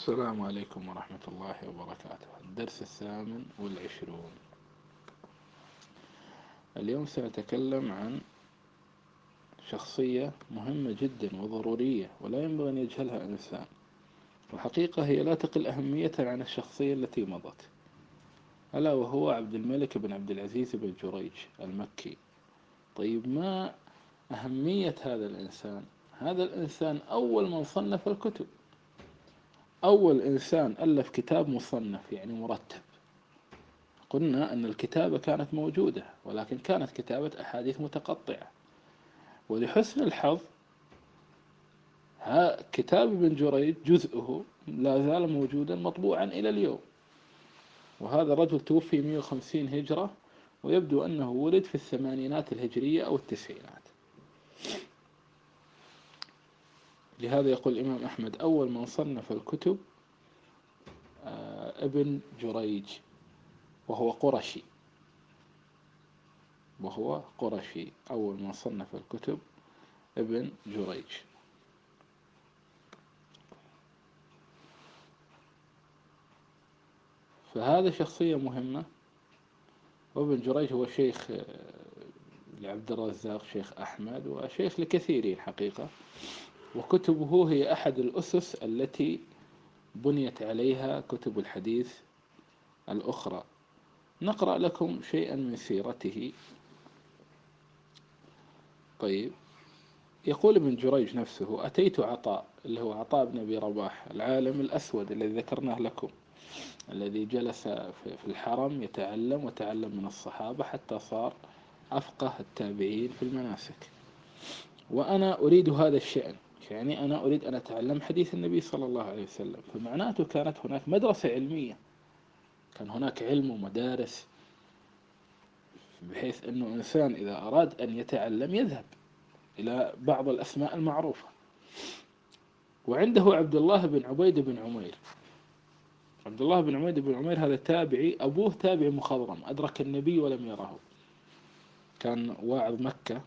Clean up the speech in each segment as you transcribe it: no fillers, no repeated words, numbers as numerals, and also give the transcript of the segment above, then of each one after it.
السلام عليكم ورحمة الله وبركاته. الدرس 28. اليوم سأتكلم عن شخصية مهمة جدا وضرورية ولا ينبغي أن يجهلها إنسان، وحقيقة هي لا تقل أهمية عن الشخصية التي مضت، ألا وهو عبد الملك بن عبد العزيز بن جريج المكي. طيب، ما أهمية هذا الإنسان؟ هذا الإنسان أول من صنف الكتب، أول إنسان ألف كتاب مصنف يعني مرتب. قلنا أن الكتابة كانت موجودة، ولكن كانت كتابة أحاديث متقطعة. ولحسن الحظ كتاب ابن جريج جزءه لا زال موجودا مطبوعا إلى اليوم. وهذا الرجل توفي 150 هجرة، ويبدو أنه ولد في الثمانينات الهجرية أو التسعينات. لهذا يقول الإمام أحمد أول من صنف الكتب ابن جريج، وهو قرشي. أول من صنف الكتب ابن جريج. فهذا شخصية مهمة. وابن جريج هو شيخ لعبد الرزاق، شيخ أحمد، وشيخ لكثيرين حقيقة. وكتبه هي أحد الأسس التي بنيت عليها كتب الحديث الأخرى. نقرأ لكم شيئا من سيرته. طيب، يقول ابن جريج نفسه: أتيت عطاء، اللي هو عطاء بن أبي رباح العالم الأسود الذي ذكرناه لكم، الذي جلس في الحرم يتعلم وتعلم من الصحابة حتى صار أفقه التابعين في المناسك. وأنا أريد هذا الشأن، يعني أنا أريد أن أتعلم حديث النبي صلى الله عليه وسلم. فمعناته كانت هناك مدرسة علمية، كان هناك علم ومدارس، بحيث أنه إنسان إذا أراد أن يتعلم يذهب إلى بعض الأسماء المعروفة. وعنده عبد الله بن عبيد بن عمير. عبد الله بن عبيد بن عمير هذا تابعي، أبوه تابعي مخضرم، أدرك النبي ولم يره، كان واعظ مكة.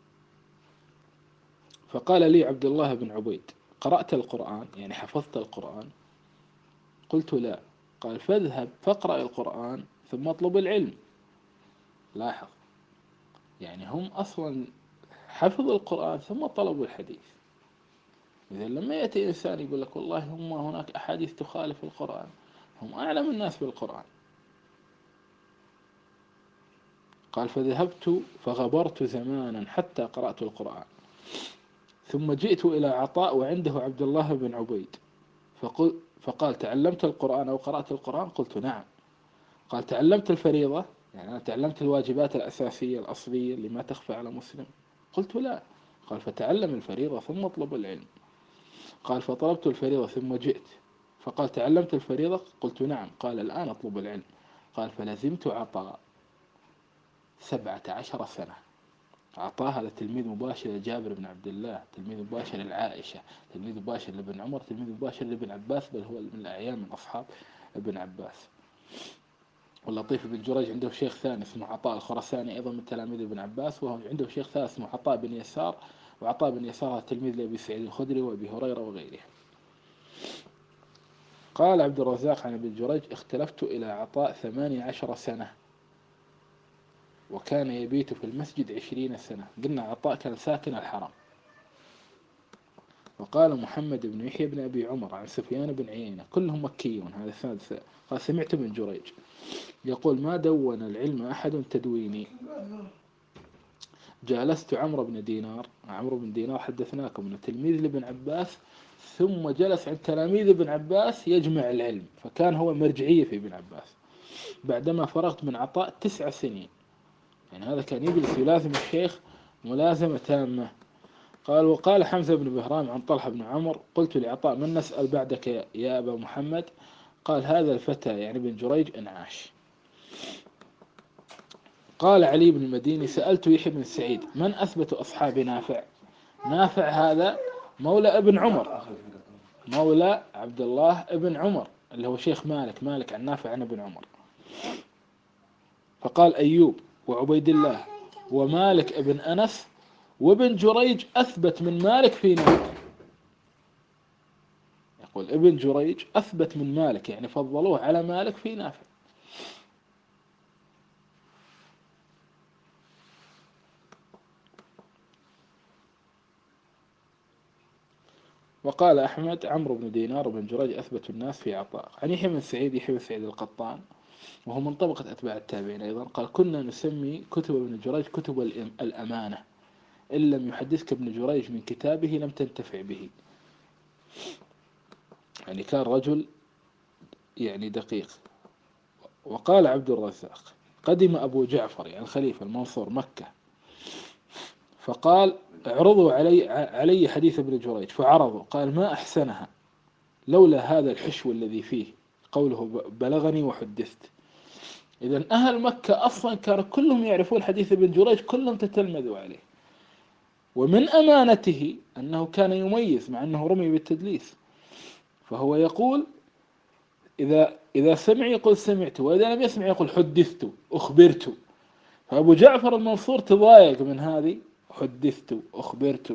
فقال لي عبد الله بن عبيد: قرأت القرآن؟ يعني حفظت القرآن؟ قلت: لا. قال: فاذهب فاقرأ القرآن ثم اطلب العلم. لاحظ، يعني هم أصلا حفظوا القرآن ثم طلبوا الحديث. إذا لما يأتي إنسان يقول لك والله هم هناك أحاديث تخالف القرآن، هم أعلم الناس بالقرآن. قال: فذهبت فغبرت زمانا حتى قرأت القرآن، ثم جئت إلى عطاء وعنده عبد الله بن عبيد، فقال: تعلمت القرآن أو قرأت القرآن؟ قلت: نعم. قال: تعلمت الفريضة؟ يعني أنا تعلمت الواجبات الأساسية الأصلية اللي ما تخفى على مسلم؟ قلت: لا. قال: فتعلم الفريضة ثم اطلب العلم. قال: فطلبت الفريضة ثم جئت، فقال: تعلمت الفريضة؟ قلت: نعم. قال: الآن اطلب العلم. قال: فلزمت عطاء 17 سنة. عطاء هذا تلميذ مباشر لجابر بن عبد الله، تلميذ مباشر لعائشة، تلميذ مباشر لابن عمر، تلميذ مباشر لابن عباس، بل هو من الأعيان من أصحاب ابن عباس. واللطيف بن جريج عنده شيخ ثاني اسمه عطاء الخرساني، أيضا من تلاميذ ابن عباس، وهو عنده شيخ ثالث اسمه عطاء بن يسار، وعطاء بن يسار تلميذ لأبي سعيد الخدري وأبي هريرة وغيره. قال عبد الرزاق عن ابن جريج: اختلفت إلى عطاء 18 سنة، وكان يبيت في المسجد 20 سنة. قلنا عطاء كان ساكن الحرم. وقال محمد بن يحيى بن أبي عمر عن سفيان بن عيينة، كلهم مكيون، هذا الثالث. قال: سمعت من جريج يقول: ما دون العلم أحد تدويني. جالست عمرو بن دينار حدثناكم أنه تلميذ لابن عباس، ثم جلس عند تلاميذ ابن عباس يجمع العلم، فكان هو مرجعية في ابن عباس. بعدما فرغت من عطاء 9 سنين، يعني هذا كان يجلس يلازم الشيخ ملازمة تامة. قال: وقال حمزة بن بهرام عن طلحة بن عمر: قلت لعطاء: من نسأل بعدك يا أبا محمد؟ قال: هذا الفتى يعني بن جريج انعاش. قال علي بن المديني: سألت يحيى بن سعيد: من أثبت أصحاب نافع؟ نافع هذا مولى ابن عمر، مولى عبد الله ابن عمر، اللي هو شيخ مالك عن نافع عن ابن عمر. فقال: أيوب وعبيد الله ومالك ابن أنس وابن جريج أثبت من مالك في نافع. يقول ابن جريج أثبت من مالك، يعني فضلوه على مالك في نافع. وقال أحمد عمرو بن دينار وابن جريج أثبت الناس في عطاء. عن يحيى بن سعيد، يحيى بن سعيد القطان وهو من طبقة أتباع التابعين أيضا، قال كنا نسمي كتب ابن جريج كتب الأمانة، إن لم يحدثك ابن جريج من كتابه لم تنتفع به. يعني كان رجل يعني دقيق. وقال عبد الرزاق قدم أبو جعفر يعني الخليفة المنصور مكة، فقال اعرضوا علي حديث ابن جريج، فعرضوا قال ما أحسنها لولا هذا الحشو الذي فيه، قوله بلغني وحدثت. إذا أهل مكة أصلا كانوا كلهم يعرفون حديث ابن جريج، كلهم تتلمذوا عليه. ومن أمانته أنه كان يميز مع أنه رمي بالتدليس، فهو يقول إذا سمع يقول سمعت، وإذا لم يسمع يقول حدثت أخبرت. فأبو جعفر المنصور تضايق من هذه حدثت أخبرت.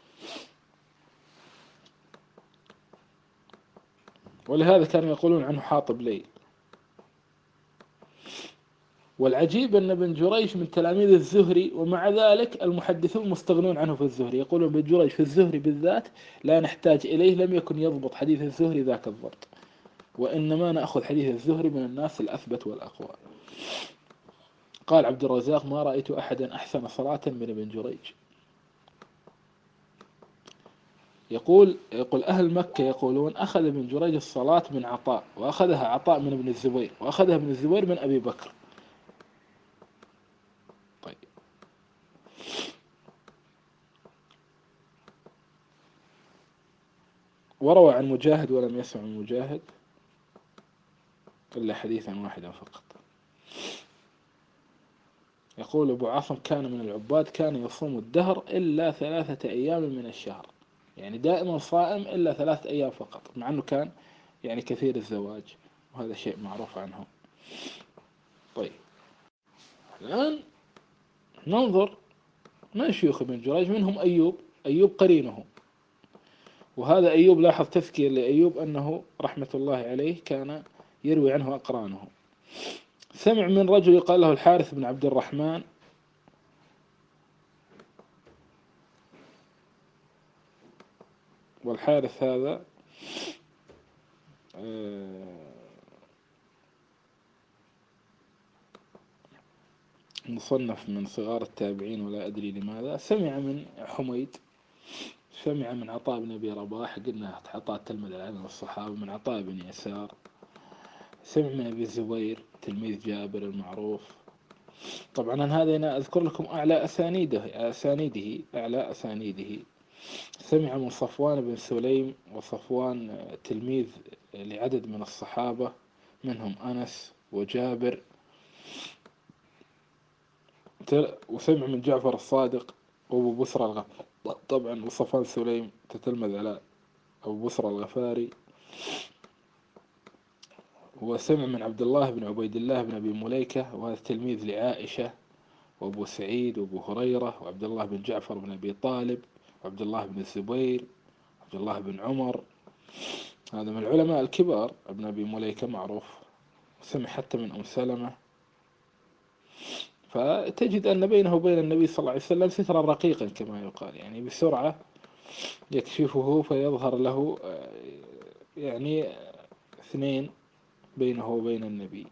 ولهذا كانوا يقولون عنه حاطب ليل. والعجيب أن ابن جريج من تلاميذ الزهري، ومع ذلك المحدثون مستغنون عنه في الزهري، يقولون ابن جريج في الزهري بالذات لا نحتاج إليه، لم يكن يضبط حديث الزهري ذاك الضبط، وإنما نأخذ حديث الزهري من الناس الأثبت والأقوى. قال عبد الرزاق ما رأيت أحدا أحسن صلاة من ابن جريج. يقول أهل مكة يقولون أخذ ابن جريج الصلاة من عطاء، وأخذها عطاء من ابن الزبير، وأخذها ابن الزبير من أبي بكر. طيب، وروى عن مجاهد ولم يسمع من مجاهد إلا حديثا واحدا فقط. يقول أبو عاصم كان من العباد كان يصوم الدهر إلا 3 أيام من الشهر، يعني دائما صائم إلا 3 أيام فقط، مع أنه كان يعني كثير الزواج، وهذا شيء معروف عنه. طيب، الآن ننظر من شيوخ ابن جريج. منهم أيوب قرينه، وهذا أيوب لاحظ تذكير لأيوب أنه رحمة الله عليه كان يروي عنه أقرانه. سمع من رجل يقال له الحارث بن عبد الرحمن، والحارث هذا مصنف من صغار التابعين ولا أدري لماذا. سمع من حميد، سمع من عطاء بن أبي رباح، قلنا عطاء تلمذ العلم والصحابة، من عطاء بن يسار. سمع من أبي الزبير تلميذ جابر المعروف. طبعا أنا هذا أنا أذكر لكم أعلى أسانيده. سمع من صفوان بن سليم، وصفوان تلميذ لعدد من الصحابة منهم أنس وجابر. وسمع من جعفر الصادق وأبو بسرى الغفاري. طبعا وصفوان سليم تتلمذ على أبو بسرى الغفاري. وسمع من عبد الله بن عبيد الله بن أبي مليكة، وهذا تلميذ لعائشة وأبو سعيد وأبو هريرة وعبد الله بن جعفر بن أبي طالب وعبد الله بن الزبير وعبد الله بن عمر. هذا من العلماء الكبار. ابن أبي مليكة معروف. سمع حتى من أم سلمة. فتجد أن بينه وبين النبي صلى الله عليه وسلم سترا رقيقا كما يقال، يعني بسرعة يكشفه فيظهر له يعني 2 بينه وبين النبي،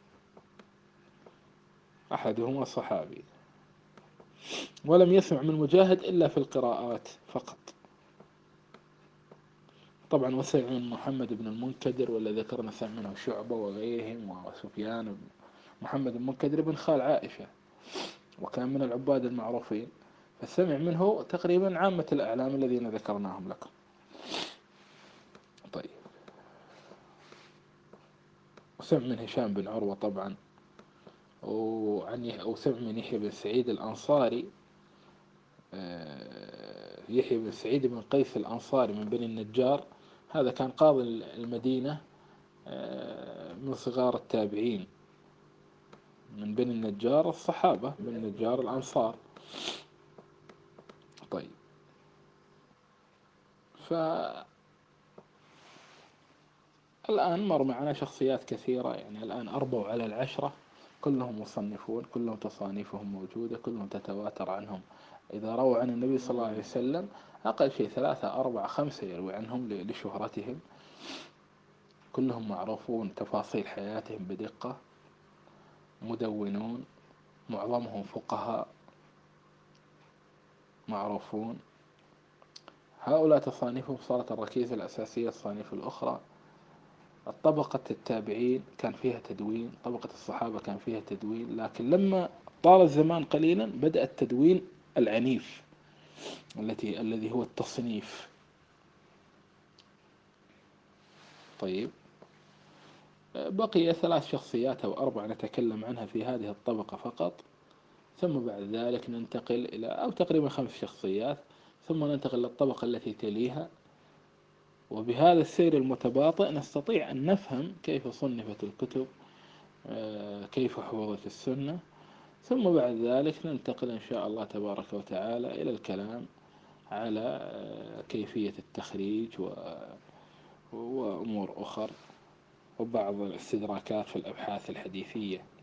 أحدهما صحابي. ولم يسمع من مجاهد إلا في القراءات فقط. طبعا وسمع من محمد بن المنكدر، ولا ذكرنا سمع منه شعبة وغيرهم وسفيان بن محمد المنكدر بن خال عائشة، وكان من العباد المعروفين، فسمع منه تقريبا عامة الأعلام الذين ذكرناهم لكم. طيب، وسمع من هشام بن عروة طبعا، وسمع من يحيى بن سعيد الأنصاري. يحيى بن سعيد بن قيس الأنصاري من بني النجار، هذا كان قاضي المدينة من صغار التابعين، من بني النجار الصحابة، بني النجار الأنصار. طيب، الآن مر معنا شخصيات كثيرة، يعني الآن 4 على 10 كلهم مصنفون، كلهم تصانيفهم موجودة، كلهم تتواتر عنهم. إذا رووا عن النبي صلى الله عليه وسلم أقل شيء 3 4 5 يروي عنهم لشهرتهم. كلهم معروفون تفاصيل حياتهم بدقة، مدونون، معظمهم فقهاء معروفون. هؤلاء تصانيفهم صارت الركيزة الأساسية التصانيف الأخرى. طبقة التابعين كان فيها تدوين، طبقة الصحابة كان فيها تدوين، لكن لما طال الزمان قليلا بدأ التدوين العنيف الذي هو التصنيف. طيب، بقي 3 شخصيات أو 4 نتكلم عنها في هذه الطبقة فقط، ثم بعد ذلك ننتقل إلى أو تقريبا 5 شخصيات، ثم ننتقل للطبقة التي تليها. وبهذا السير المتباطئ نستطيع أن نفهم كيف صنفت الكتب، كيف حفظت السنة، ثم بعد ذلك ننتقل إن شاء الله تبارك وتعالى إلى الكلام على كيفية التخريج وأمور أخر، وبعض الاستدراكات في الأبحاث الحديثية.